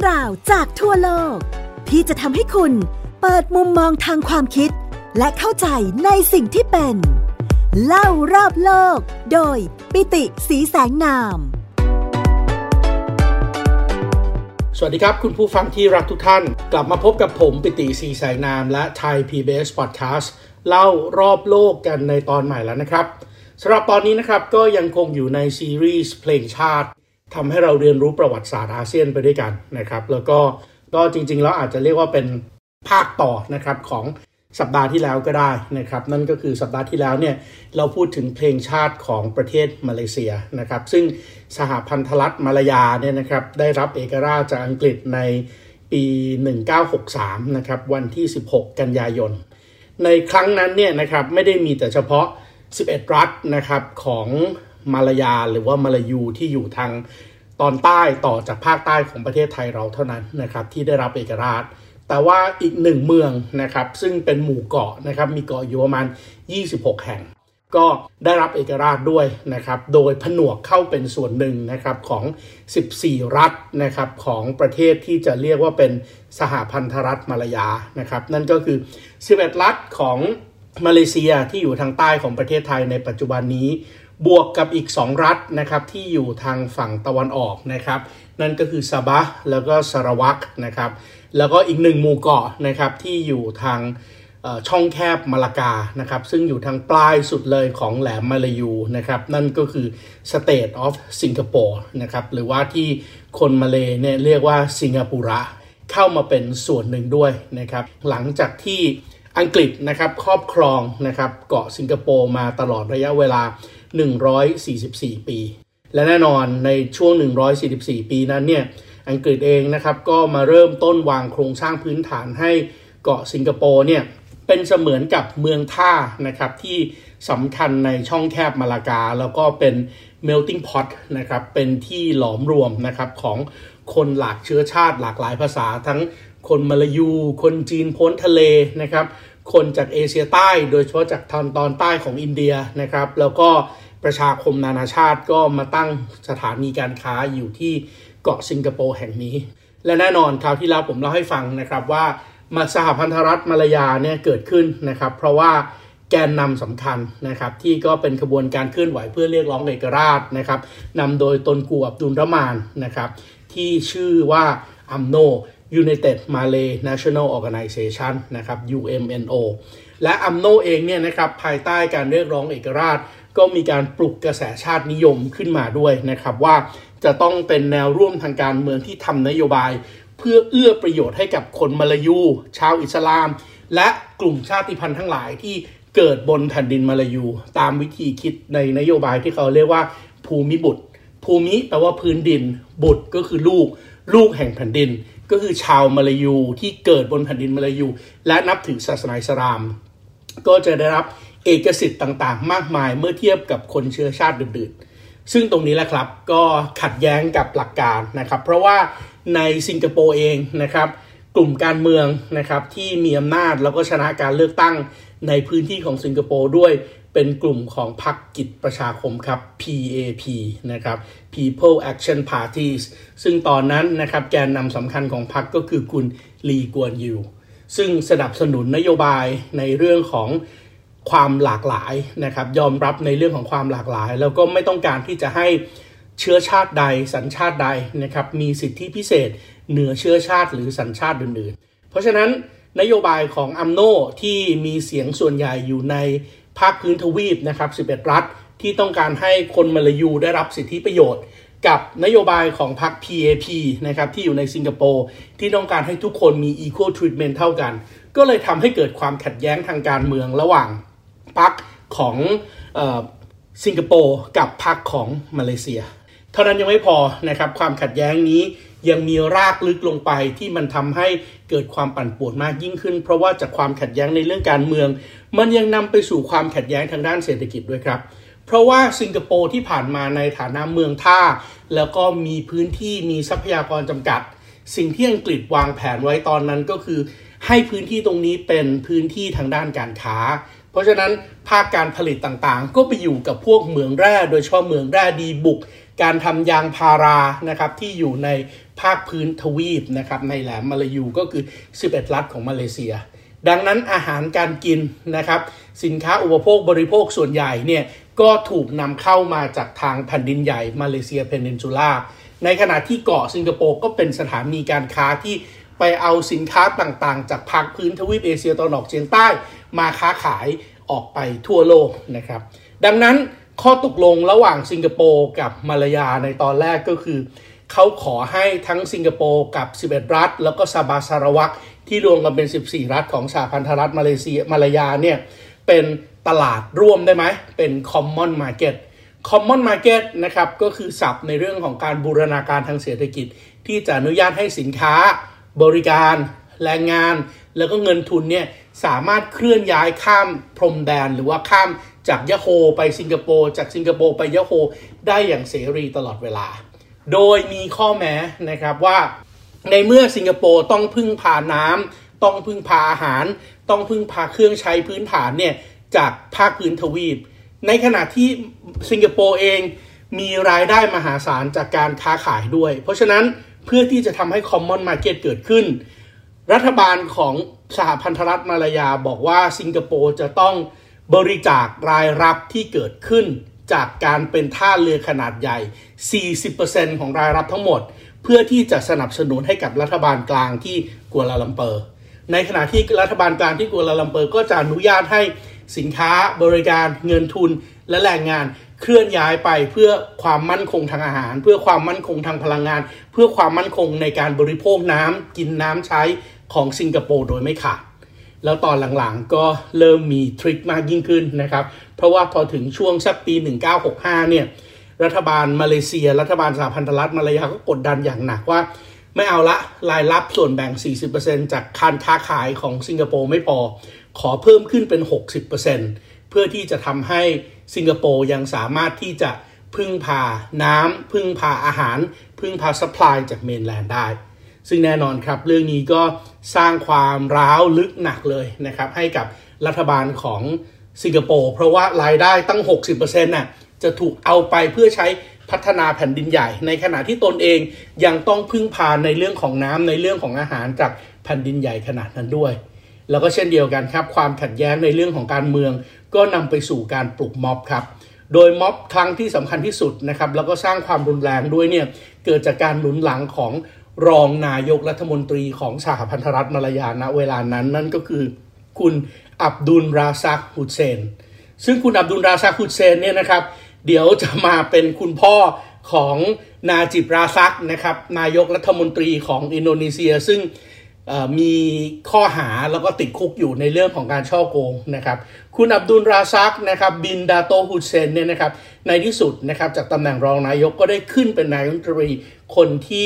ราวจากทั่วโลกที่จะทำให้คุณเปิดมุมมองทางความคิดและเข้าใจในสิ่งที่เป็นเล่ารอบโลกโดยปิติศรีแสงนามสวัสดีครับคุณผู้ฟังที่รักทุกท่านกลับมาพบกับผมปิติศรีแสงนามและ Thai PBS Podcast เล่ารอบโลกกันในตอนใหม่แล้วนะครับสำหรับตอนนี้นะครับก็ยังคงอยู่ในซีรีส์เพลงชาติทำให้เราเรียนรู้ประวัติศาสตร์อาเซียนไปด้วยกันนะครับแล้วก็จริงๆแล้วอาจจะเรียกว่าเป็นภาคต่อนะครับของสัปดาห์ที่แล้วก็ได้นะครับนั่นก็คือสัปดาห์ที่แล้วเนี่ยเราพูดถึงเพลงชาติของประเทศมาเลเซียนะครับซึ่งสหพันธรัฐมาลายาเนี่ยนะครับได้รับเอกราชจากอังกฤษในปี1963นะครับวันที่16กันยายนในครั้งนั้นเนี่ยนะครับไม่ได้มีแต่เฉพาะ11รัฐนะครับของมาลายาหรือว่ามาลายูที่อยู่ทางตอนใต้ต่อจากภาคใต้ของประเทศไทยเราเท่านั้นนะครับที่ได้รับเอกราชแต่ว่าอีกหนึ่งเมืองนะครับซึ่งเป็นหมู่เกาะนะครับมีเกาะอยู่ประมาณ26แห่งก็ได้รับเอกราชด้วยนะครับโดยผนวกเข้าเป็นส่วนหนึ่งนะครับของ14รัฐนะครับของประเทศที่จะเรียกว่าเป็นสหพันธรัฐมาลายานะครับนั่นก็คือ11รัฐของมาเลเซียที่อยู่ทางใต้ของประเทศไทยในปัจจุบันนี้บวกกับอีก2รัฐนะครับที่อยู่ทางฝั่งตะวันออกนะครับนั่นก็คือซาบะแล้วก็สารวัตรนะครับแล้วก็อีก1หมู่เกาะนะครับที่อยู่ทางช่องแคบมาลากานะครับซึ่งอยู่ทางปลายสุดเลยของแหลมมาลายูนะครับนั่นก็คือ State of Singapore นะครับหรือว่าที่คนมาเลเนี่ยเรียกว่าสิงคโปร์เข้ามาเป็นส่วนหนึ่งด้วยนะครับหลังจากที่อังกฤษนะครับครอบครองนะครับเกาะสิงคโปร์มาตลอดระยะเวลา144ปีและแน่นอนในช่วง144ปีนั้นเนี่ยอังกฤษเองนะครับก็มาเริ่มต้นวางโครงสร้างพื้นฐานให้เกาะสิงคโปร์เนี่ยเป็นเสมือนกับเมืองท่านะครับที่สำคัญในช่องแคบมาลากาแล้วก็เป็น melting pot นะครับเป็นที่หลอมรวมนะครับของคนหลากเชื้อชาติหลากหลายภาษาทั้งคนมาลายูคนจีนพ้นทะเลนะครับคนจากเอเชียใต้โดยเฉพาะจากทางตอนใต้ของอินเดียนะครับแล้วก็ประชาคมนานาชาติก็มาตั้งสถานีการค้าอยู่ที่เกาะสิงคโปร์แห่งนี้และแน่นอนคราวที่แล้วผมเล่าให้ฟังนะครับว่าสหพันธรัฐมาลายาเนี่ยเกิดขึ้นนะครับเพราะว่าแกนนำสำคัญนะครับที่ก็เป็นขบวนการเคลื่อนไหวเพื่อเรียกร้องเอกราชนะครับนำโดยตนกูอับดุลรหมานนะครับที่ชื่อว่าUMNO United Malay National Organization นะครับ UMNO และ UMNO เองเนี่ยนะครับภายใต้การเรียกร้องเอกราชก็มีการปลุกกระแสชาตินิยมขึ้นมาด้วยนะครับว่าจะต้องเป็นแนวร่วมทางการเมืองที่ทำนโยบายเพื่อเอื้อประโยชน์ให้กับคนมาลายูชาวอิสลามและกลุ่มชาติพันธุ์ทั้งหลายที่เกิดบนแผ่นดินมาลายูตามวิธีคิดในนโยบายที่เขาเรียกว่าภูมิบุตรภูมิแปลว่าพื้นดินบุตรก็คือลูกแห่งแผ่นดินก็คือชาวมาลายูที่เกิดบนแผ่นดินมาลายูและนับถือศาสนาอิสลามก็จะได้รับเอกสิทธิ์ต่างๆมากมายเมื่อเทียบกับคนเชื้อชาติอื่นๆซึ่งตรงนี้แหละครับก็ขัดแย้งกับหลักการนะครับเพราะว่าในสิงคโปร์เองนะครับกลุ่มการเมืองนะครับที่มีอำนาจแล้วก็ชนะการเลือกตั้งในพื้นที่ของสิงคโปร์ด้วยเป็นกลุ่มของพรรคกิจประชาคมครับ PAP นะครับ People Action Parties ซึ่งตอนนั้นนะครับแกนนำสำคัญของพรรคก็คือคุณลีกวนยูซึ่งสนับสนุนนโยบายในเรื่องของความหลากหลายนะครับยอมรับในเรื่องของความหลากหลายแล้วก็ไม่ต้องการที่จะให้เชื้อชาติใดสัญชาติใดนะครับมีสิทธิพิเศษเหนือเชื้อชาติหรือสัญชาติอื่นๆเพราะฉะนั้นนโยบายของUMNOที่มีเสียงส่วนใหญ่อยู่ในภาคพื้นทวีปนะครับ11รัฐที่ต้องการให้คนมาลายูได้รับสิทธิประโยชน์กับนโยบายของพรรค PAP นะครับที่อยู่ในสิงคโปร์ที่ต้องการให้ทุกคนมี equal treatment เท่ากันก็เลยทำให้เกิดความขัดแย้งทางการเมืองระหว่างพรรคของสิงคโปร์กับพรรคของมาเลเซียเท่านั้นยังไม่พอนะครับความขัดแย้งนี้ยังมีรากลึกลงไปที่มันทำให้เกิดความปั่นป่วนมากยิ่งขึ้นเพราะว่าจากความขัดแย้งในเรื่องการเมืองมันยังนำไปสู่ความขัดแย้งทางด้านเศรษฐกิจด้วยครับเพราะว่าสิงคโปร์ที่ผ่านมาในฐานะเมืองท่าแล้วก็มีพื้นที่มีทรัพยากรจำกัดสิ่งที่อังกฤษวางแผนไว้ตอนนั้นก็คือให้พื้นที่ตรงนี้เป็นพื้นที่ทางด้านการค้าเพราะฉะนั้นภาคการผลิตต่างๆก็ไปอยู่กับพวกเหมืองแร่โดยเฉพาะเหมืองแร่ดีบุกการทำยางพารานะครับที่อยู่ในภาคพื้นทวีปนะครับในแหลมมาลายูก็คือ11รัฐของมาเลเซียดังนั้นอาหารการกินนะครับสินค้าอุปโภคบริโภคส่วนใหญ่เนี่ยก็ถูกนำเข้ามาจากทางแผ่นดินใหญ่มาเลเซียเพนินซูล่าในขณะที่เกาะสิงคโปร์ก็เป็นสถานีการค้าที่ไปเอาสินค้าต่างๆจากภาคพื้นทวีปเอเชียตะวันออกเฉียงใต้มาค้าขายออกไปทั่วโลกนะครับดังนั้นข้อตกลงระหว่างสิงคโปร์กับมาลายาในตอนแรกก็คือเขาขอให้ทั้งสิงคโปร์กับ11รัฐแล้วก็ซาบาซาราวักที่รวมกันเป็น14รัฐของสหพันธรัฐมาลายาเนี่ยเป็นตลาดร่วมได้ไหมเป็น Common Market Common Market นะครับก็คือศัพท์ในเรื่องของการบูรณาการทางเศรษฐกิจที่จะอนุญาตให้สินค้าบริการแรงงานแล้วก็เงินทุนเนี่ยสามารถเคลื่อนย้ายข้ามพรมแดนหรือว่าข้ามจากยะโฮไปสิงคโปร์จากสิงคโปร์ไปยะโฮได้อย่างเสรีตลอดเวลาโดยมีข้อแม้นะครับว่าในเมื่อสิงคโปร์ต้องพึ่งพาน้ำต้องพึ่งพาอาหารต้องพึ่งพาเครื่องใช้พื้นฐานเนี่ยจากภาคพื้นทวีปในขณะที่สิงคโปร์เองมีรายได้มหาศาลจากการค้าขายด้วยเพราะฉะนั้นเพื่อที่จะทำให้ Common Market เกิดขึ้นรัฐบาลของสหพันธรัฐมาลายาบอกว่าสิงคโปร์จะต้องบริจาครายรับที่เกิดขึ้นจากการเป็นท่าเรือขนาดใหญ่ 40% ของรายรับทั้งหมดเพื่อที่จะสนับสนุนให้กับรัฐบาลกลางที่กัวลาลัมเปอร์ในขณะที่รัฐบาลกลางที่กัวลาลัมเปอร์ก็จะอนุญาตให้สินค้าบริการเงินทุนและแรงงานเคลื่อนย้ายไปเพื่อความมั่นคงทางอาหารเพื่อความมั่นคงทางพลังงานเพื่อความมั่นคงในการบริโภคน้ำกินน้ำใช้ของสิงคโปร์โดยไม่ขาดแล้วตอนหลังๆก็เริ่มมีทริคมากยิ่งขึ้นนะครับเพราะว่าพอถึงช่วงสักปี1965เนี่ยรัฐบาลมาเลเซียรัฐบาลสหพันธรัฐมาลายาก็กดดันอย่างหนักว่าไม่เอาละรายรับส่วนแบ่ง 40% จากการค้าขายของสิงคโปร์ไม่พอขอเพิ่มขึ้นเป็น 60% เพื่อที่จะทำให้สิงคโปร์ยังสามารถที่จะพึ่งพาน้ำพึ่งพาอาหารพึ่งพาซัพพลายจากเมนแลนด์ได้ซึ่งแน่นอนครับเรื่องนี้ก็สร้างความร้าวลึกหนักเลยนะครับให้กับรัฐบาลของสิงคโปร์เพราะว่ารายได้ตั้ง 60% น่ะจะถูกเอาไปเพื่อใช้พัฒนาแผ่นดินใหญ่ในขณะที่ตนเองยังต้องพึ่งพาในเรื่องของน้ำในเรื่องของอาหารจากแผ่นดินใหญ่ขนาดนั้นด้วยแล้วก็เช่นเดียวกันครับความขัดแย้งในเรื่องของการเมืองก็นำไปสู่การปลุกม็อบครับโดยม็อบครั้งที่สำคัญที่สุดนะครับแล้วก็สร้างความรุนแรงด้วยเนี่ยเกิดจากการหนุนหลังของรองนายกรัฐมนตรีของสหพันธรัฐมาลายาณเวลานั้นนั่นก็คือคุณอับดุลราซักฮุสเซนซึ่งคุณอับดุลราซักฮุสเซนเนี่ยนะครับเดี๋ยวจะมาเป็นคุณพ่อของนาจิบราซักนะครับนายกรัฐมนตรีของอินโดนีเซียซึ่งมีข้อหาแล้วก็ติดคุกอยู่ในเรื่องของการฉ้อโกงนะครับคุณอับดุลราซักนะครับบินดาโตฮุสเซนเนี่ยนะครับในที่สุดนะครับจากตำแหน่งรองนายกก็ได้ขึ้นเป็นนายกรัฐมนตรีคนที่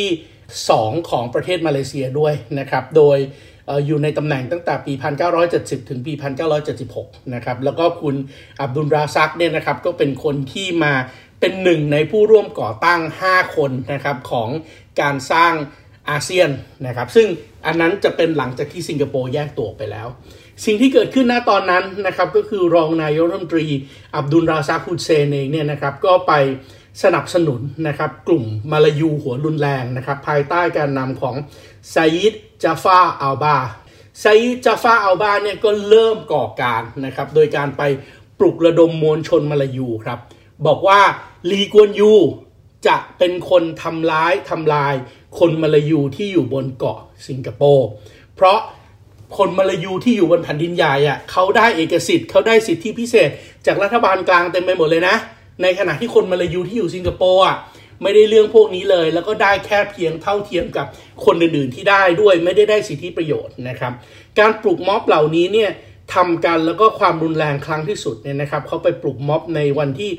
2ของประเทศมาเลเซียด้วยนะครับโดยอยู่ในตำแหน่งตั้งแต่ปี 1970 ถึงปี 1976 นะครับแล้วก็คุณอับดุลราซักเนี่ยนะครับก็เป็นคนที่มาเป็นหนึ่งในผู้ร่วมก่อตั้ง5คนนะครับของการสร้างอาเซียนนะครับซึ่งอันนั้นจะเป็นหลังจากที่สิงคโปร์แยกตัวไปแล้วสิ่งที่เกิดขึ้นณตอนนั้นนะครับก็คือรองนายกรัฐมนตรีอับดุลราซักฮุสเซนเองเนี่ยนะครับก็ไปสนับสนุนนะครับกลุ่มมาลายูหัวรุนแรงนะครับภายใต้การนำของไซยิดจาฟาอัลบาไซยิดจาฟาอัลบาเนี่ยก็เริ่มก่อการนะครับโดยการไปปลุกระดมมวลชนมาลายูครับบอกว่าลีกวนยูจะเป็นคนทำลายคนมาลายูที่อยู่บนเกาะสิงคโปร์เพราะคนมาลายูที่อยู่บนแผ่นดินใหญ่เขาได้เอกสิทธิ์เขาได้สิทธิพิเศษจากรัฐบาลกลางเต็มไปหมดเลยนะในขณะที่คนมาลายูที่อยู่สิงคโปร์ไม่ได้เรื่องพวกนี้เลยแล้วก็ได้แค่เพียงเท่าเทียมกับคนอื่นๆที่ได้ด้วยไม่ได้สิทธิประโยชน์นะครับการปลุกม็อบเหล่านี้เนี่ยทำกันแล้วก็ความรุนแรงครั้งที่สุดเนี่ยนะครับเขาไปปลุกม็อบในวันที่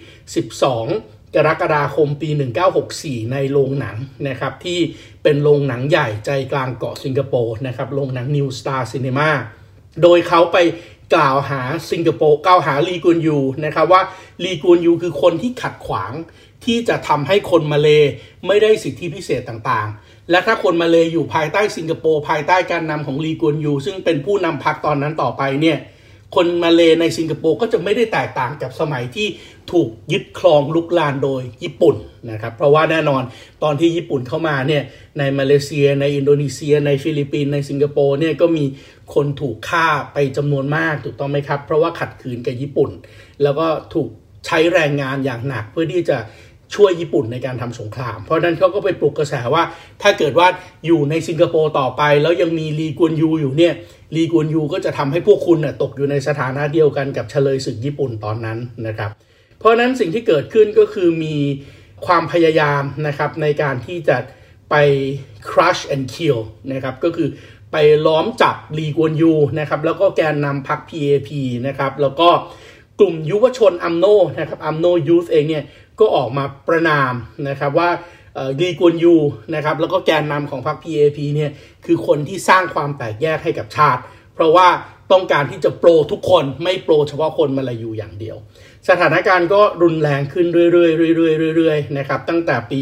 12กรกฎาคมปี1964ในโรงหนังนะครับที่เป็นโรงหนังใหญ่ใจกลางเกาะสิงคโปร์นะครับโรงหนัง New Star Cinema โดยเขาไปกล่าวหาสิงคโปร์กล่าวหาลีกวนยูนะครับว่าลีกวนยูคือคนที่ขัดขวางที่จะทำให้คนมาเลไม่ได้สิทธิพิเศษต่างๆและถ้าคนมาเลอยู่ภายใต้สิงคโปร์ภายใต้การนำของลีกวนยูซึ่งเป็นผู้นำพรรคตอนนั้นต่อไปเนี่ยคนมาเลในสิงคโปร์ก็จะไม่ได้แตกต่างกับสมัยที่ถูกยึดครองลุกลานโดยญี่ปุ่นนะครับเพราะว่าแน่นอนตอนที่ญี่ปุ่นเข้ามาเนี่ยในมาเลเซียในอินโดนีเซียในฟิลิปปินส์ในสิงคโปร์เนี่ยก็มีคนถูกฆ่าไปจำนวนมากถูกต้องไหมครับเพราะว่าขัดขืนกับญี่ปุ่นแล้วก็ถูกใช้แรงงานอย่างหนักเพื่อที่จะช่วยญี่ปุ่นในการทำสงครามเพราะนั้นเขาก็ไปปลุกกระแสว่าถ้าเกิดว่าอยู่ในสิงคโปร์ต่อไปแล้วยังมีลีกวนยูอยู่เนี่ยลีกวนยูก็จะทำให้พวกคุณตกอยู่ในสถานะเดียวกันกับเฉลยศึกญี่ปุ่นตอนนั้นนะครับเพราะนั้นสิ่งที่เกิดขึ้นก็คือมีความพยายามนะครับในการที่จะไป crush and kill นะครับก็คือไปล้อมจับลีกวนยูนะครับแล้วก็แกนนำพรรค PAP นะครับแล้วก็กลุ่มยุวชนอัมโนนะครับอัมโนยูธเองเนี่ยก็ออกมาประณามนะครับว่าลีกวนยูนะครับแล้วก็แกนนำของพรรค PAP เนี่ยคือคนที่สร้างความแตกแยกให้กับชาติเพราะว่าต้องการที่จะโปรทุกคนไม่โปรเฉพาะคนมาลายูอย่างเดียวสถานการณ์ก็รุนแรงขึ้นเรื่อยๆนะครับตั้งแต่ปี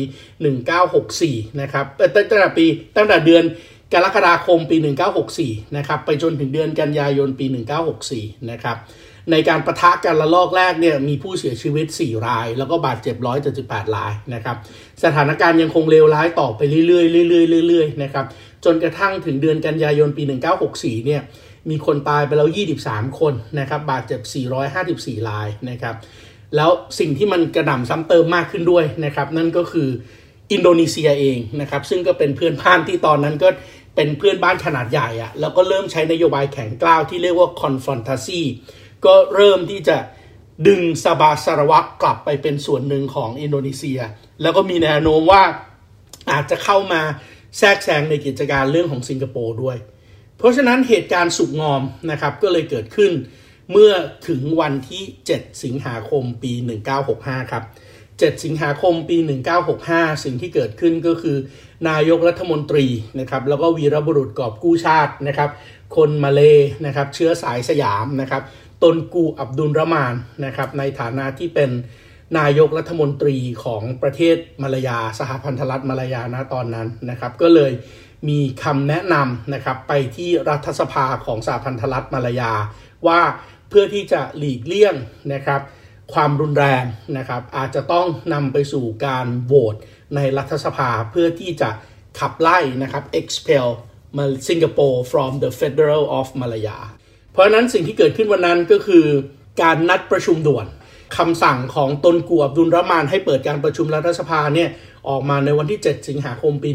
1964นะครับตั้งแต่เดือนกรกฎาคมปี1964นะครับไปจนถึงเดือนกันยายนปี1964นะครับในการปะทะกันระลอกแรกเนี่ยมีผู้เสียชีวิต4รายแล้วก็บาดเจ็บ178รายนะครับสถานการณ์ยังคงเลวร้ายต่อไปเรื่อยๆนะครับจนกระทั่งถึงเดือนกันยายนปี1964เนี่ยมีคนตายไปแล้ว23คนนะครับบาดเจ็บ454รายนะครับแล้วสิ่งที่มันกระหน่ำซ้ำเติมมากขึ้นด้วยนะครับนั่นก็คืออินโดนีเซียเองนะครับซึ่งก็เป็นเพื่อนบ้านที่ตอนนั้นก็เป็นเพื่อนบ้านขนาดใหญ่อะแล้วก็เริ่มใช้นโยบายแข็งกร้าวที่เรียกว่า confrontacy ก็เริ่มที่จะดึงซาบาสารวักกลับไปเป็นส่วนหนึ่งของอินโดนีเซียแล้วก็มีแนวโน้มว่าอาจจะเข้ามาแทรกแซงในกิจการเรื่องของสิงคโปร์ด้วยเพราะฉะนั้นเหตุการณ์สุกงอมนะครับก็เลยเกิดขึ้นเมื่อถึงวันที่7สิงหาคมปี1965ครับ7สิงหาคมปี1965สิ่งที่เกิดขึ้นก็คือนายกรัฐมนตรีนะครับแล้วก็วีรบุรุษกอบกู้ชาตินะครับคนมาเลนะครับเชื้อสายสยามนะครับตนกูอับดุลรามานนะครับในฐานะที่เป็นนายกรัฐมนตรีของประเทศมาลายาสหพันธรัฐมาลายาณตอนนั้นนะครับก็เลยมีคำแนะนำนะครับไปที่รัฐสภาของสหพันธรัฐมาลายาว่าเพื่อที่จะหลีกเลี่ยงนะครับความรุนแรงนะครับอาจจะต้องนำไปสู่การโหวตในรัฐสภาเพื่อที่จะขับไล่นะครับ expel Singapore from the Federal of Malaya เพราะนั้นสิ่งที่เกิดขึ้นวันนั้นก็คือการนัดประชุมด่วนคำสั่งของตนกูอับดุลรามานให้เปิดการประชุมรัฐสภาเนี่ยออกมาในวันที่7สิงหาคมปี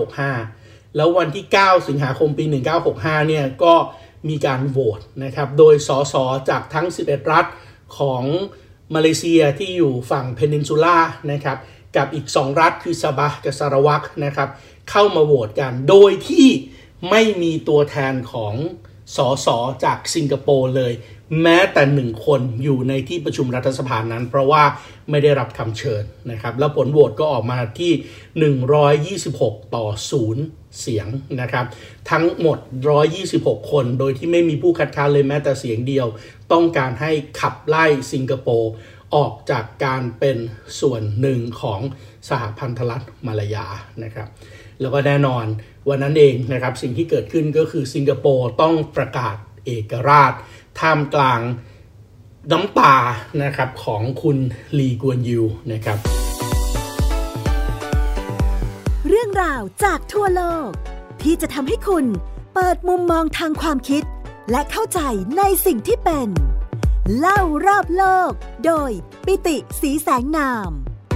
1965แล้ววันที่9สิงหาคมปี1965เนี่ยก็มีการโหวตนะครับโดยสสจากทั้ง11รัฐของมาเลเซียที่อยู่ฝั่งเพนินซูล่านะครับกับอีก2รัฐคือซาบะห์กับซาราวักนะครับเข้ามาโหวตกันโดยที่ไม่มีตัวแทนของสสจากสิงคโปร์เลยแม้แต่1คนอยู่ในที่ประชุมรัฐสภานั้นเพราะว่าไม่ได้รับคำเชิญนะครับแล้วผลโหวตก็ออกมาที่126ต่อ0เสียงนะครับทั้งหมด126คนโดยที่ไม่มีผู้คัดค้านเลยแม้แต่เสียงเดียวต้องการให้ขับไล่สิงคโปร์ออกจากการเป็นส่วนหนึ่งของสหพันธรัฐมาลายานะครับแล้วก็แน่นอนวันนั้นเองนะครับสิ่งที่เกิดขึ้นก็คือสิงคโปร์ต้องประกาศเอกราชท่ามกลางน้ำตานะครับของคุณลีกวนยูนะครับเรื่องราวจากทั่วโลกที่จะทำให้คุณเปิดมุมมองทางความคิดและเข้าใจในสิ่งที่เป็นเล่ารอบโลกโดยปิติ ศรีแสงนาม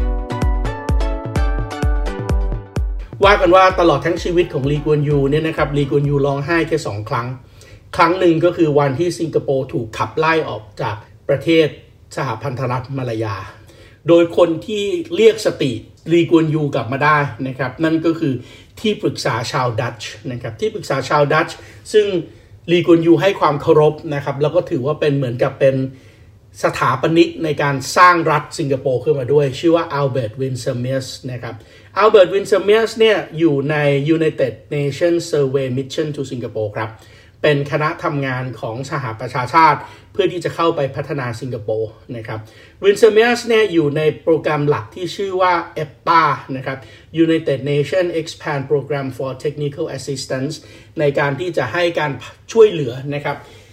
ว่ากันว่าตลอดทั้งชีวิตของลีกวนยูเนี่ยนะครับลีกวนยูร้องไห้แค่2 ครั้งหนึ่งก็คือวันที่สิงคโปร์ถูกขับไล่ออกจากประเทศสหพันธรัฐมาลายาโดยคนที่เรียกสติลีกวนยูกลับมาได้นะครับนั่นก็คือที่ปรึกษาชาวดัตช์นะครับที่ปรึกษาชาวดัตช์ซึ่งลีกวนยูให้ความเคารพนะครับแล้วก็ถือว่าเป็นเหมือนกับเป็นสถาปนิกในการสร้างรัฐสิงคโปร์ขึ้นมาด้วยชื่อว่าอัลเบิร์ตวินเซอร์เมียสนะครับอัลเบิร์ตวินเซอร์เมียสเนี่ยอยู่ใน United Nations Survey Mission to Singapore ครับเป็นคณะทำงานของสหประชาชาติเพื่อที่จะเข้าไปพัฒนาสิงคโปร์นะครับวินเซอร์เมียสเนี่ยอยู่ในโปรแกรมหลักที่ชื่อว่า EPTA นะครับ United Nations Expand Program for Technical Assistance ในการที่จะให้การช่วยเหลือนะครับ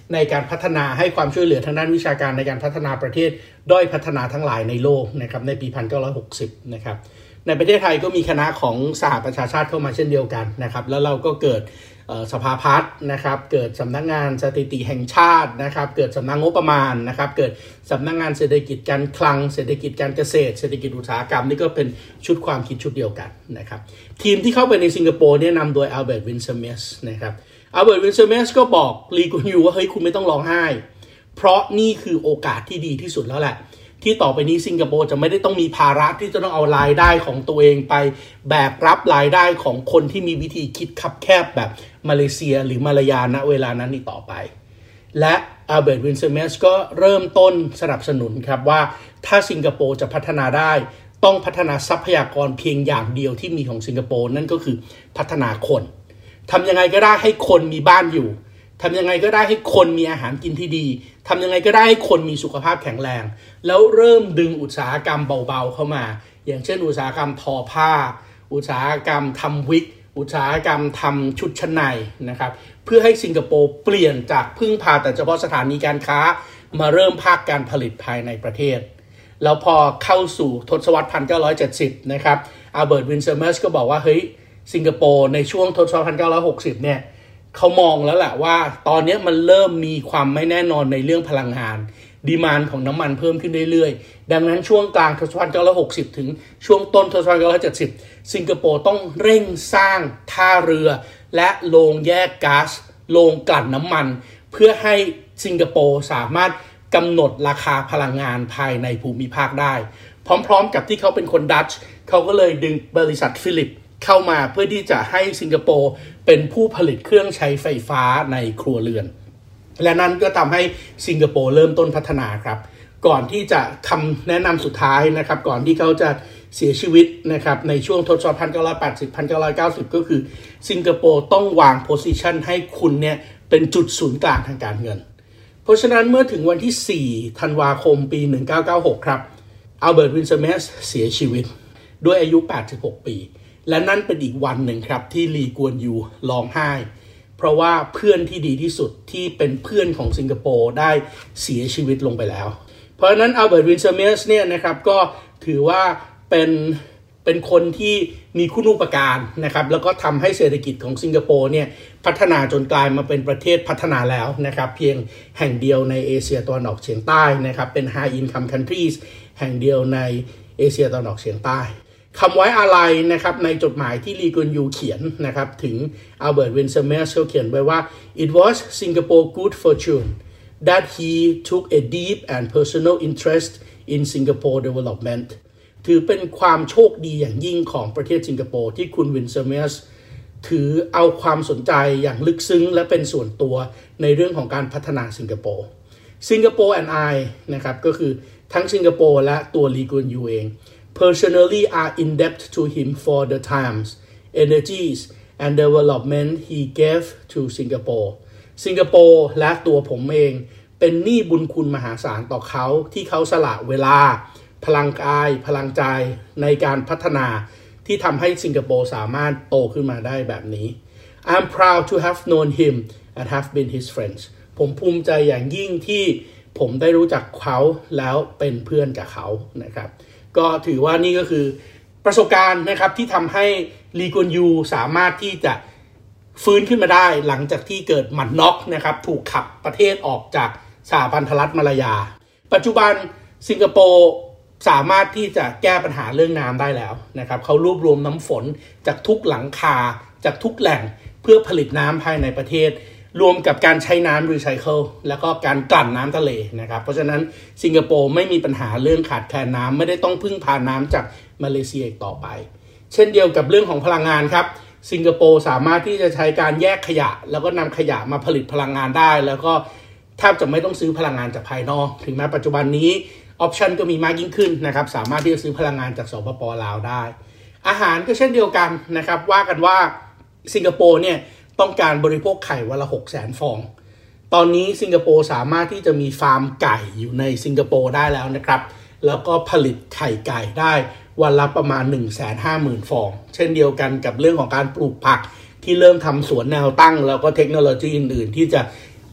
ในการพัฒนาให้ความช่วยเหลือทางด้านวิชาการในการพัฒนาประเทศด้อยพัฒนาทั้งหลายในโลกนะครับในปี 1960 นะครับในประเทศไทยก็มีคณะของสหประชาชาติเข้ามาเช่นเดียวกันนะครับแล้วเราก็เกิดสภาพัฒน์นะครับเกิดสำนักงานสถิติแห่งชาตินะครับเกิดสำนักงบประมาณนะครับเกิดสำนักงานเศรษฐกิจการคลังเศรษฐกิจการเกษตรเศรษฐกิจอุตสาหกรรมนี่ก็เป็นชุดความคิดชุดเดียวกันนะครับทีมที่เข้าไปในสิงคโปร์เนี่ยนำโดยอัลเบิร์ตวินเซอร์เมสนะครับอัลเบิร์ตวินเซอร์เมสก็บอกลีกุนยูว่าเฮ้ยคุณไม่ต้องร้องไห้เพราะนี่คือโอกาสที่ดีที่สุดแล้วแหละที่ต่อไปนี้สิงคโปร์จะไม่ได้ต้องมีภาระที่จะต้องเอารายได้ของตัวเองไปแบกรับรายได้ของคนที่มีวิธีคิดคับแคบแบบมาเลเซียหรือมาลายาณเวลานั้นอีกต่อไปและอัลเบิร์ตวินเซอร์เมสก็เริ่มต้นสนับสนุนครับว่าถ้าสิงคโปร์จะพัฒนาได้ต้องพัฒนาทรัพยากรเพียงอย่างเดียวที่มีของสิงคโปร์นั่นก็คือพัฒนาคนทำยังไงก็ได้ให้คนมีบ้านอยู่ทำยังไงก็ได้ให้คนมีอาหารกินที่ดีทำยังไงก็ได้ให้คนมีสุขภาพแข็งแรงแล้วเริ่มดึงอุตสาหกรรมเบาๆเข้ามาอย่างเช่นอุตสาหกรรมทอผ้าอุตสาหกรรมทำวิกอุตสาหกรรมทำชุดชั้นในนะครับเพื่อให้สิงคโปร์เปลี่ยนจากพึ่งพาแต่เฉพาะสถานีการค้ามาเริ่มภาคการผลิตภายในประเทศแล้วพอเข้าสู่ทศวรรษ 1970 นะครับอัลเบิร์ตวินเซอร์เมสก็บอกว่าเฮ้ยสิงคโปร์ในช่วงทศวรรษ 1960 เนี่ยเขามองแล้วแหละว่าตอนนี้มันเริ่มมีความไม่แน่นอนในเรื่องพลังงานดีมานด์ของน้ำมันเพิ่มขึ้นเรื่อยๆดังนั้นช่วงกลางทศวรรษ 1960 ถึงช่วงต้นทศวรรษ 1970 สิงคโปร์ต้องเร่งสร้างท่าเรือและโรงแยกก๊าซโรงกลั่นน้ำมันเพื่อให้สิงคโปร์สามารถกำหนดราคาพลังงานภายในภูมิภาคได้พร้อมๆกับที่เขาเป็นคนดัตช์เขาก็เลยดึงบริษัทฟิลิปเข้ามาเพื่อที่จะให้สิงคโปร์เป็นผู้ผลิตเครื่องใช้ไฟฟ้าในครัวเรือนและนั่นก็ทำให้สิงคโปร์เริ่มต้นพัฒนาครับก่อนที่จะคำแนะนำสุดท้ายนะครับก่อนที่เขาจะเสียชีวิตนะครับในช่วงทศวรรษ 1980-1990 ก็คือสิงคโปร์ต้องวางโพสิชันให้คุณเนี่ยเป็นจุดศูนย์กลางทางการเงินเพราะฉะนั้นเมื่อถึงวันที่ 4 ธันวาคมปี 1996 ครับอัลเบิร์ตวินเซอร์เมสเสียชีวิตด้วยอายุ 86 ปีและนั่นเป็นอีกวันหนึ่งครับที่ลีกวนยูร้องไห้เพราะว่าเพื่อนที่ดีที่สุดที่เป็นเพื่อนของสิงคโปร์ได้เสียชีวิตลงไปแล้วเพราะฉะนั้นอัลเบิร์ตวินเซอร์เมสเนี่ยนะครับก็ถือว่าเป็นคนที่มีคุณูปการนะครับแล้วก็ทำให้เศรษฐกิจของสิงคโปร์เนี่ยพัฒนาจนกลายมาเป็นประเทศพัฒนาแล้วนะครับเพียงแห่งเดียวในเอเชียตะวันออกเฉียงใต้นะครับเป็น High Income Countries แห่งเดียวในเอเชียตะวันออกเฉียงใต้คำไว้อาลัยนะครับในจดหมายที่ลีกวนยูเขียนนะครับถึงอัลเบิร์ตวินเซอร์เมสเขาเขียนไว้ว่า It was Singapore good fortune that he took a deep and personal interest in Singapore development ถือเป็นความโชคดีอย่างยิ่งของประเทศสิงคโปร์ที่คุณวินเซอร์เมสถือเอาความสนใจอย่างลึกซึ้งและเป็นส่วนตัวในเรื่องของการพัฒนาสิงคโปร์ Singapore and I นะครับก็คือทั้งสิงคโปร์และตัวลีกวนยูเองpersonally are in debt to him for the times, energies, and development he gave to Singapore. สิงคโปร์และตัวผมเองเป็นหนี้บุญคุณมหาศาลต่อเขาที่เขาสละเวลาพลังกายพลังใจในการพัฒนาที่ทำให้สิงคโปร์สามารถโตขึ้นมาได้แบบนี้ I'm proud to have known him and have been his friends. ผมภูมิใจอย่างยิ่งที่ผมได้รู้จักเขาแล้วเป็นเพื่อนกับเขานะครับก็ถือว่านี่ก็คือประสบการณ์นะครับที่ทำให้ลีกวนยูสามารถที่จะฟื้นขึ้นมาได้หลังจากที่เกิดหมัดน็อกนะครับถูกขับประเทศออกจากสหพันธรัฐมาลายาปัจจุบันสิงคโปร์สามารถที่จะแก้ปัญหาเรื่องน้ำได้แล้วนะครับเขารวบรวมน้ำฝนจากทุกหลังคาจากทุกแหล่งเพื่อผลิตน้ำภายในประเทศรวมกับการใช้น้ำรีไซเคิลแล้วก็การกลั่นน้ำทะเลนะครับเพราะฉะนั้นสิงคโปร์ไม่มีปัญหาเรื่องขาดแคลนน้ำไม่ได้ต้องพึ่งพาน้ำจากมาเลเซียอีกต่อไปเช่นเดียวกับเรื่องของพลังงานครับสิงคโปร์สามารถที่จะใช้การแยกขยะแล้วก็นำขยะมาผลิตพลังงานได้แล้วก็แทบจะไม่ต้องซื้อพลังงานจากภายนอกถึงแม้ปัจจุบันนี้ออปชันก็มีมากยิ่งขึ้นนะครับสามารถที่จะซื้อพลังงานจากสปป.ลาวได้อาหารก็เช่นเดียวกันนะครับว่ากันว่าสิงคโปร์เนี่ยต้องการบริโภคไข่วันละ 600,000 ฟองตอนนี้สิงคโปร์สามารถที่จะมีฟาร์มไก่อยู่ในสิงคโปร์ได้แล้วนะครับแล้วก็ผลิตไข่ไก่ได้วันละประมาณ 150,000 ฟองเช่นเดียวกันกับเรื่องของการปลูกผักที่เริ่มทำสวนแนวตั้งแล้วก็เทคโนโลยีอื่นๆที่จะ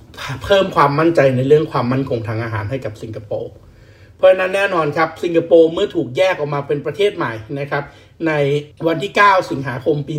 เพิ่มความมั่นใจในเรื่องความมั่นคงทางอาหารให้กับสิงคโปร์เพราะฉะนั้นแน่นอนครับสิงคโปร์เมื่อถูกแยกออกมาเป็นประเทศใหม่นะครับในวันที่9สิงหาคมปี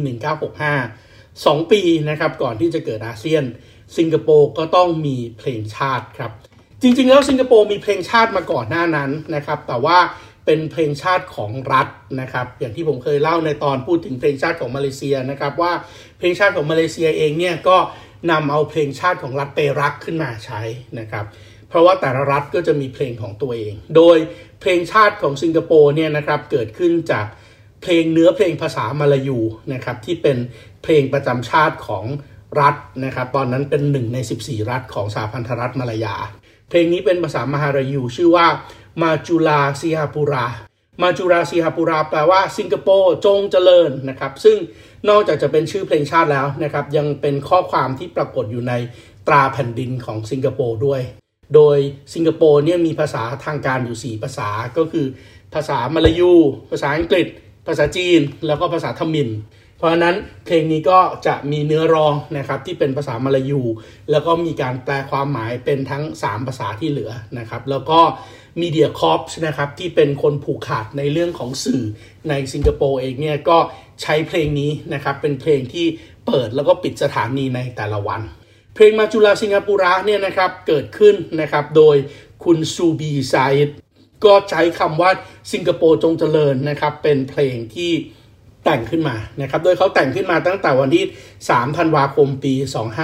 1965 2 ปีนะครับก่อนที่จะเกิดอาเซียนสิงคโปร์ก็ต้องมีเพลงชาติครับจริงๆแล้วสิงคโปร์มีเพลงชาติมาก่อนหน้านั้นนะครับแต่ว่าเป็นเพลงชาติของรัฐนะครับอย่างที่ผมเคยเล่าในตอนพูดถึงเพลงชาติของมาเลเซียนะครับว่าเพลงชาติของมาเลเซียเองเนี่ยก็นำเอาเพลงชาติของรัฐเปรักขึ้นมาใช้นะครับเพราะว่าแต่ละรัฐก็จะมีเพลงของตัวเองโดยเพลงชาติของสิงคโปร์เนี่ยนะครับเกิดขึ้นจากเพลงเนื้อเพลงภาษามาลายูนะครับที่เป็นเพลงประจำชาติของรัฐนะครับตอนนั้นเป็น1ใน14รัฐของสหพันธรัฐมาลายาเพลงนี้เป็นภาษามหาลายูชื่อว่ามาจูลาซิฮาปูรามาจูราซิฮาปูราแปลว่าสิงคโปร์จงเจริญนะครับซึ่งนอกจากจะเป็นชื่อเพลงชาติแล้วนะครับยังเป็นข้อความที่ปรากฏอยู่ในตราแผ่นดินของสิงคโปร์ด้วยโดยสิงคโปร์เนี่ยมีภาษาทางการอยู่4ภาษาก็คือภาษามาลายูภาษาอังกฤษภาษาจีนแล้วก็ภาษาทมิฬเพราะฉะนั้นเพลงนี้ก็จะมีเนื้อร้องนะครับที่เป็นภาษามาลายูแล้วก็มีการแปลความหมายเป็นทั้ง3ภาษาที่เหลือนะครับแล้วก็มีเดียคอร์ปนะครับที่เป็นคนผูกขาดในเรื่องของสื่อในสิงคโปร์เองเนี่ยก็ใช้เพลงนี้นะครับเป็นเพลงที่เปิดแล้วก็ปิดสถานีในแต่ละวันเพลงมาจูลาสิงคโปร์เนี่ยนะครับเกิดขึ้นนะครับโดยคุณซูบีไซด์ก็ใช้คำว่าสิงคโปร์จงเจริญนะครับเป็นเพลงที่แต่งขึ้นมานะครับโดยเขาแต่งขึ้นมาตั้งแต่วันที่3ธันวาคมปี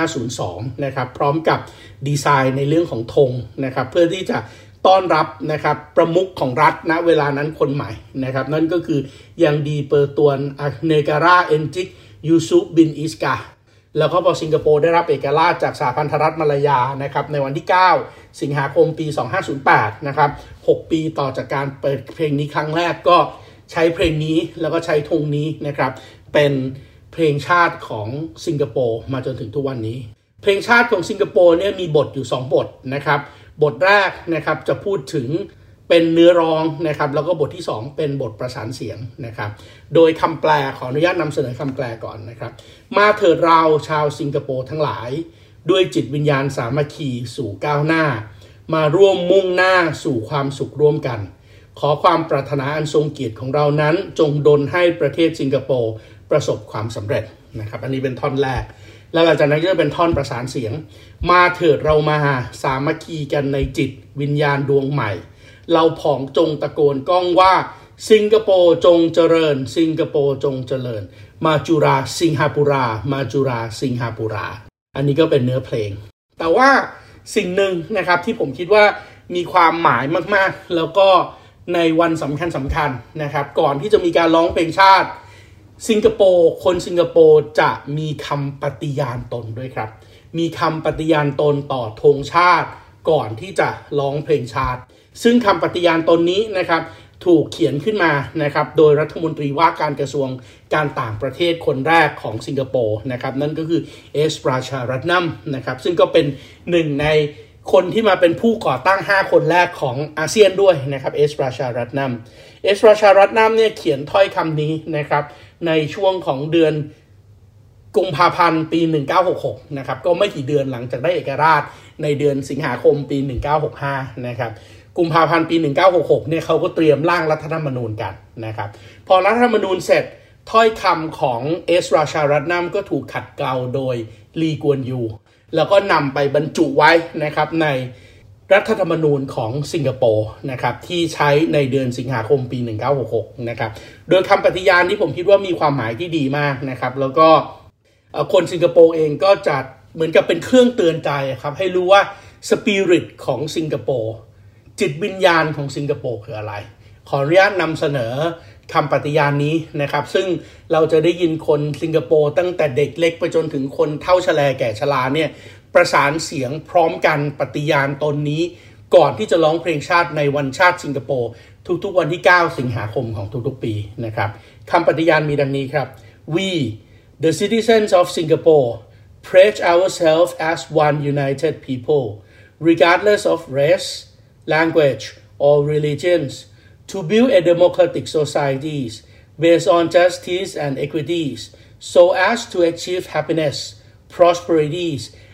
2502นะครับพร้อมกับดีไซน์ในเรื่องของธงนะครับเพื่อที่จะต้อนรับนะครับประมุขของรัฐณเวลานั้นคนใหม่นะครับนั่นก็คือยังดีเปอร์ตวนเนการาเอนจิกยูซุบินอิสกาแล้วก็พอสิงคโปร์ได้รับเอกราชจากสหพันธรัฐมาลายานะครับในวันที่9สิงหาคมปี2508นะครับ6ปีต่อจากการเปิดเพลงนี้ครั้งแรกก็ใช้เพลงนี้แล้วก็ใช้ธงนี้นะครับเป็นเพลงชาติของสิงคโปร์มาจนถึงทุกวันนี้เพลงชาติของสิงคโปร์เนี่ยมีบทอยู่2บทนะครับบทแรกนะครับจะพูดถึงเป็นเนื้อร้องนะครับแล้วก็บทที่2เป็นบทประสานเสียงนะครับโดยคำแปลขออนุญาตนำเสนอคำแปลก่อนนะครับมาเถิดเราชาวสิงคโปร์ทั้งหลายด้วยจิตวิญญาณสามัคคีสู่ก้าวหน้ามาร่วมมุ่งหน้าสู่ความสุขร่วมกันขอความปรารถนาอันทรงเกียรติของเรานั้นจงดลให้ประเทศสิงคโปร์ประสบความสำเร็จนะครับอันนี้เป็นท่อนแรกแล้วหลังจากนั้นก็จะเป็นท่อนประสานเสียงมาเถิดเรามาสามัคคีกันในจิตวิญญาณดวงใหม่เราผองจงตะโกนก้องว่าสิงคโปร์จงเจริญสิงคโปร์จงเจริญมาจูราสิงหาปูรามาจูราสิงหาปูราอันนี้ก็เป็นเนื้อเพลงแต่ว่าสิ่งหนึ่งนะครับที่ผมคิดว่ามีความหมายมากๆแล้วก็ในวันสำคัญนะครับก่อนที่จะมีการร้องเพลงชาติสิงคโปร์คนสิงคโปร์จะมีคำปฏิญาณตนด้วยครับมีคำปฏิญาณตนต่อธงชาติก่อนที่จะร้องเพลงชาติซึ่งคำปฏิญาณตนนี้นะครับถูกเขียนขึ้นมานะครับโดยรัฐมนตรีว่าการกระทรวงการต่างประเทศคนแรกของสิงคโปร์นะครับนั่นก็คือเอสราชารัตนัมนะครับซึ่งก็เป็นหนึ่งในคนที่มาเป็นผู้ก่อตั้ง5คนแรกของอาเซียนด้วยนะครับเอสราชารัตนัมเนี่ยเขียนถ้อยคำนี้นะครับในช่วงของเดือนกุมภาพันธ์ปี1966นะครับก็ไม่กี่เดือนหลังจากได้เอกราชในเดือนสิงหาคมปี1965นะครับกุมภาพันธ์ปี1966เนี่ยเขาก็เตรียมร่างรัฐธรรมนูญกันนะครับพอรัฐธรรมนูญเสร็จถ้อยคำของเอสราชารัตนัมก็ถูกขัดเกลาโดยลีกวนยูแล้วก็นำไปบรรจุไว้นะครับในรัฐธรรมนูญของสิงคโปร์นะครับที่ใช้ในเดือนสิงหาคมปี1966นะครับโดยคำปฏิญาณที่ผมคิดว่ามีความหมายที่ดีมากนะครับแล้วก็คนสิงคโปร์เองก็จะเหมือนกับเป็นเครื่องเตือนใจครับให้รู้ว่าสปิริตของสิงคโปร์จิตวิญญาณของสิงคโปร์คืออะไรขออนุญาตนำเสนอคำปฏิญาณนี้นะครับซึ่งเราจะได้ยินคนสิงคโปร์ตั้งแต่เด็กเล็กไปจนถึงคนเฒ่าชราแก่ชราเนี่ยประสานเสียงพร้อมกันปฏิญาณตนนี้ก่อนที่จะร้องเพลงชาติในวันชาติสิงคโปร์ทุกๆวันที่9สิงหาคมของทุกๆปีนะครับคำปฏิญาณมีดังนี้ครับ We the citizens of Singapore pledge ourselves as one united people regardless of race language or religions to build a democratic society based on justice and equity so as to achieve happiness, prosperity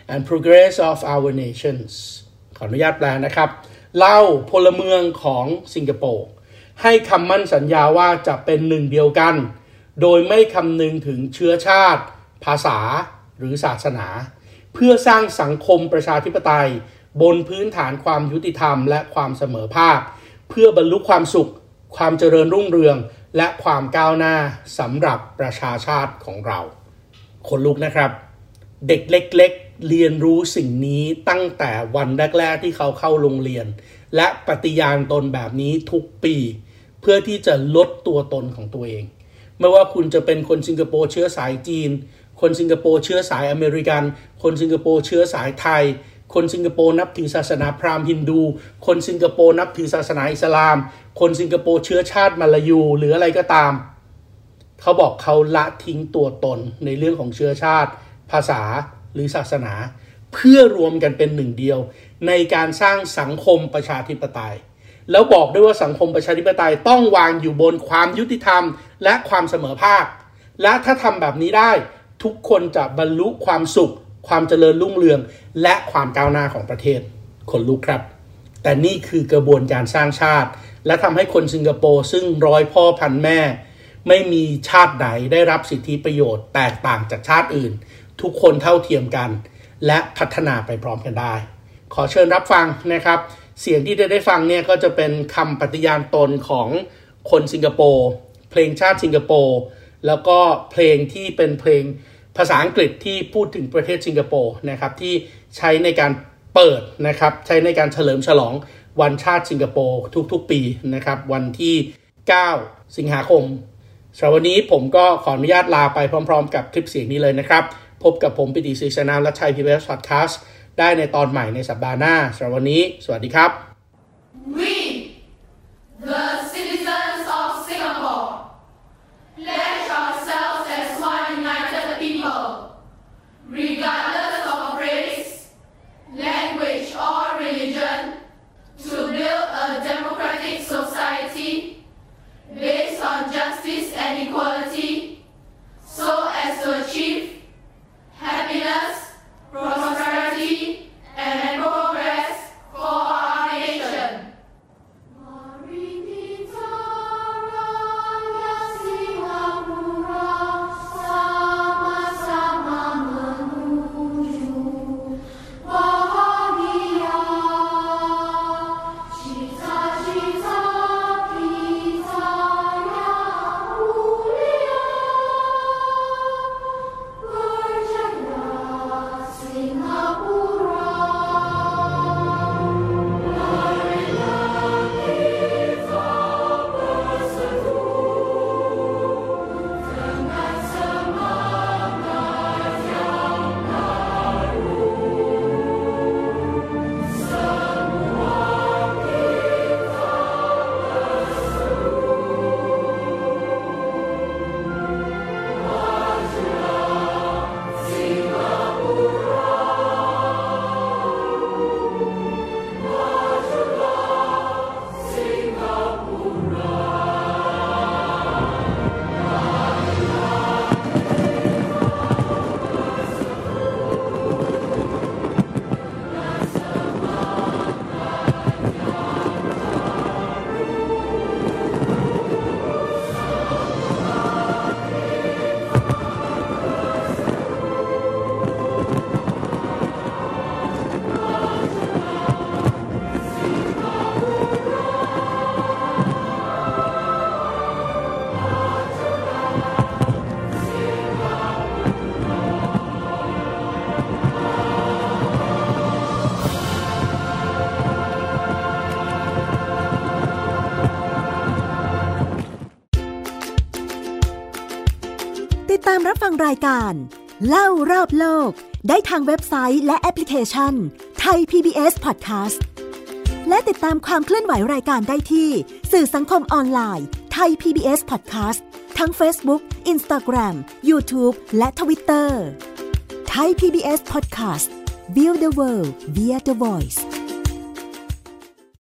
and progress of our nations ขออนุญาตแปลนะครับเล่าพลเมืองของสิงคโปร์ให้คำมั่นสัญญาว่าจะเป็นหนึ่งเดียวกันโดยไม่คำนึงถึงเชื้อชาติภาษาหรือศาสนาเพื่อสร้างสังคมประชาธิปไตยบนพื้นฐานความยุติธรรมและความเสมอภาคเพื่อบรรลุความสุขความเจริญรุ่งเรืองและความก้าวหน้าสำหรับประชาชาติของเราขนลุกนะครับเด็กเล็กๆเรียนรู้สิ่งนี้ตั้งแต่วันแรกๆที่เขาเข้าโรงเรียนและปฏิญาณตนแบบนี้ทุกปีเพื่อที่จะลดตัวตนของตัวเองไม่ว่าคุณจะเป็นคนสิงคโปร์เชื้อสายจีนคนสิงคโปร์เชื้อสายอเมริกันคนสิงคโปร์เชื้อสายไทยคนสิงคโปร์นับถือศาสนาพราหมณ์ฮินดูคนสิงคโปร์นับถือศาสนาอิสลามคนสิงคโปร์เชื้อชาติมาลายูหรืออะไรก็ตามเขาบอกเขาละทิ้งตัวตนในเรื่องของเชื้อชาติภาษาหรือศาสนาเพื่อรวมกันเป็นหนึ่งเดียวในการสร้างสังคมประชาธิปไตยแล้วบอกด้วยว่าสังคมประชาธิปไตยต้องวางอยู่บนความยุติธรรมและความเสมอภาคและถ้าทำแบบนี้ได้ทุกคนจะบรรลุความสุขความเจริญรุ่งเรืองและความก้าวหน้าของประเทศขนลุกครับแต่นี่คือกระบวนการสร้างชาติและทำให้คนสิงคโปร์ซึ่งร้อยพ่อพันแม่ไม่มีชาติใดได้รับสิทธิประโยชน์แตกต่างจากชาติอื่นทุกคนเท่าเทียมกันและพัฒนาไปพร้อมกันได้ขอเชิญรับฟังนะครับเสียงที่ได้ฟังเนี่ยก็จะเป็นคำปฏิญาณตนของคนสิงคโปร์เพลงชาติสิงคโปร์แล้วก็เพลงที่เป็นเพลงภาษาอังกฤษที่พูดถึงประเทศสิงคโปร์นะครับที่ใช้ในการเปิดนะครับใช้ในการเฉลิมฉลองวันชาติสิงคโปร์ทุกๆปีนะครับวันที่9สิงหาคมสำหรับวันนี้ผมก็ขออนุญาตลาไปพร้อมๆกับคลิปเสียงนี้เลยนะครับพบกับผมปิติ ศรีสนามและชัย PBS Podcast ได้ในตอนใหม่ในสัปดาห์หน้าสำหรับวันนี้สวัสดีครับ We the citizens of Singapore pledge ourselves as one united people regardless of race, language or religion to build a democratic society based on justice and equality so as to achieve happiness, prosperity, and progress for our nation. ติดตามรับฟังรายการเล่ารอบโลกได้ทางเว็บไซต์และแอปพลิเคชัน Thai PBS Podcast และติดตามความเคลื่อนไหวรายการได้ที่สื่อสังคมออนไลน์ Thai PBS Podcast ทั้ง Facebook, Instagram, YouTube และ Twitter Thai PBS Podcast Build the World via the Voice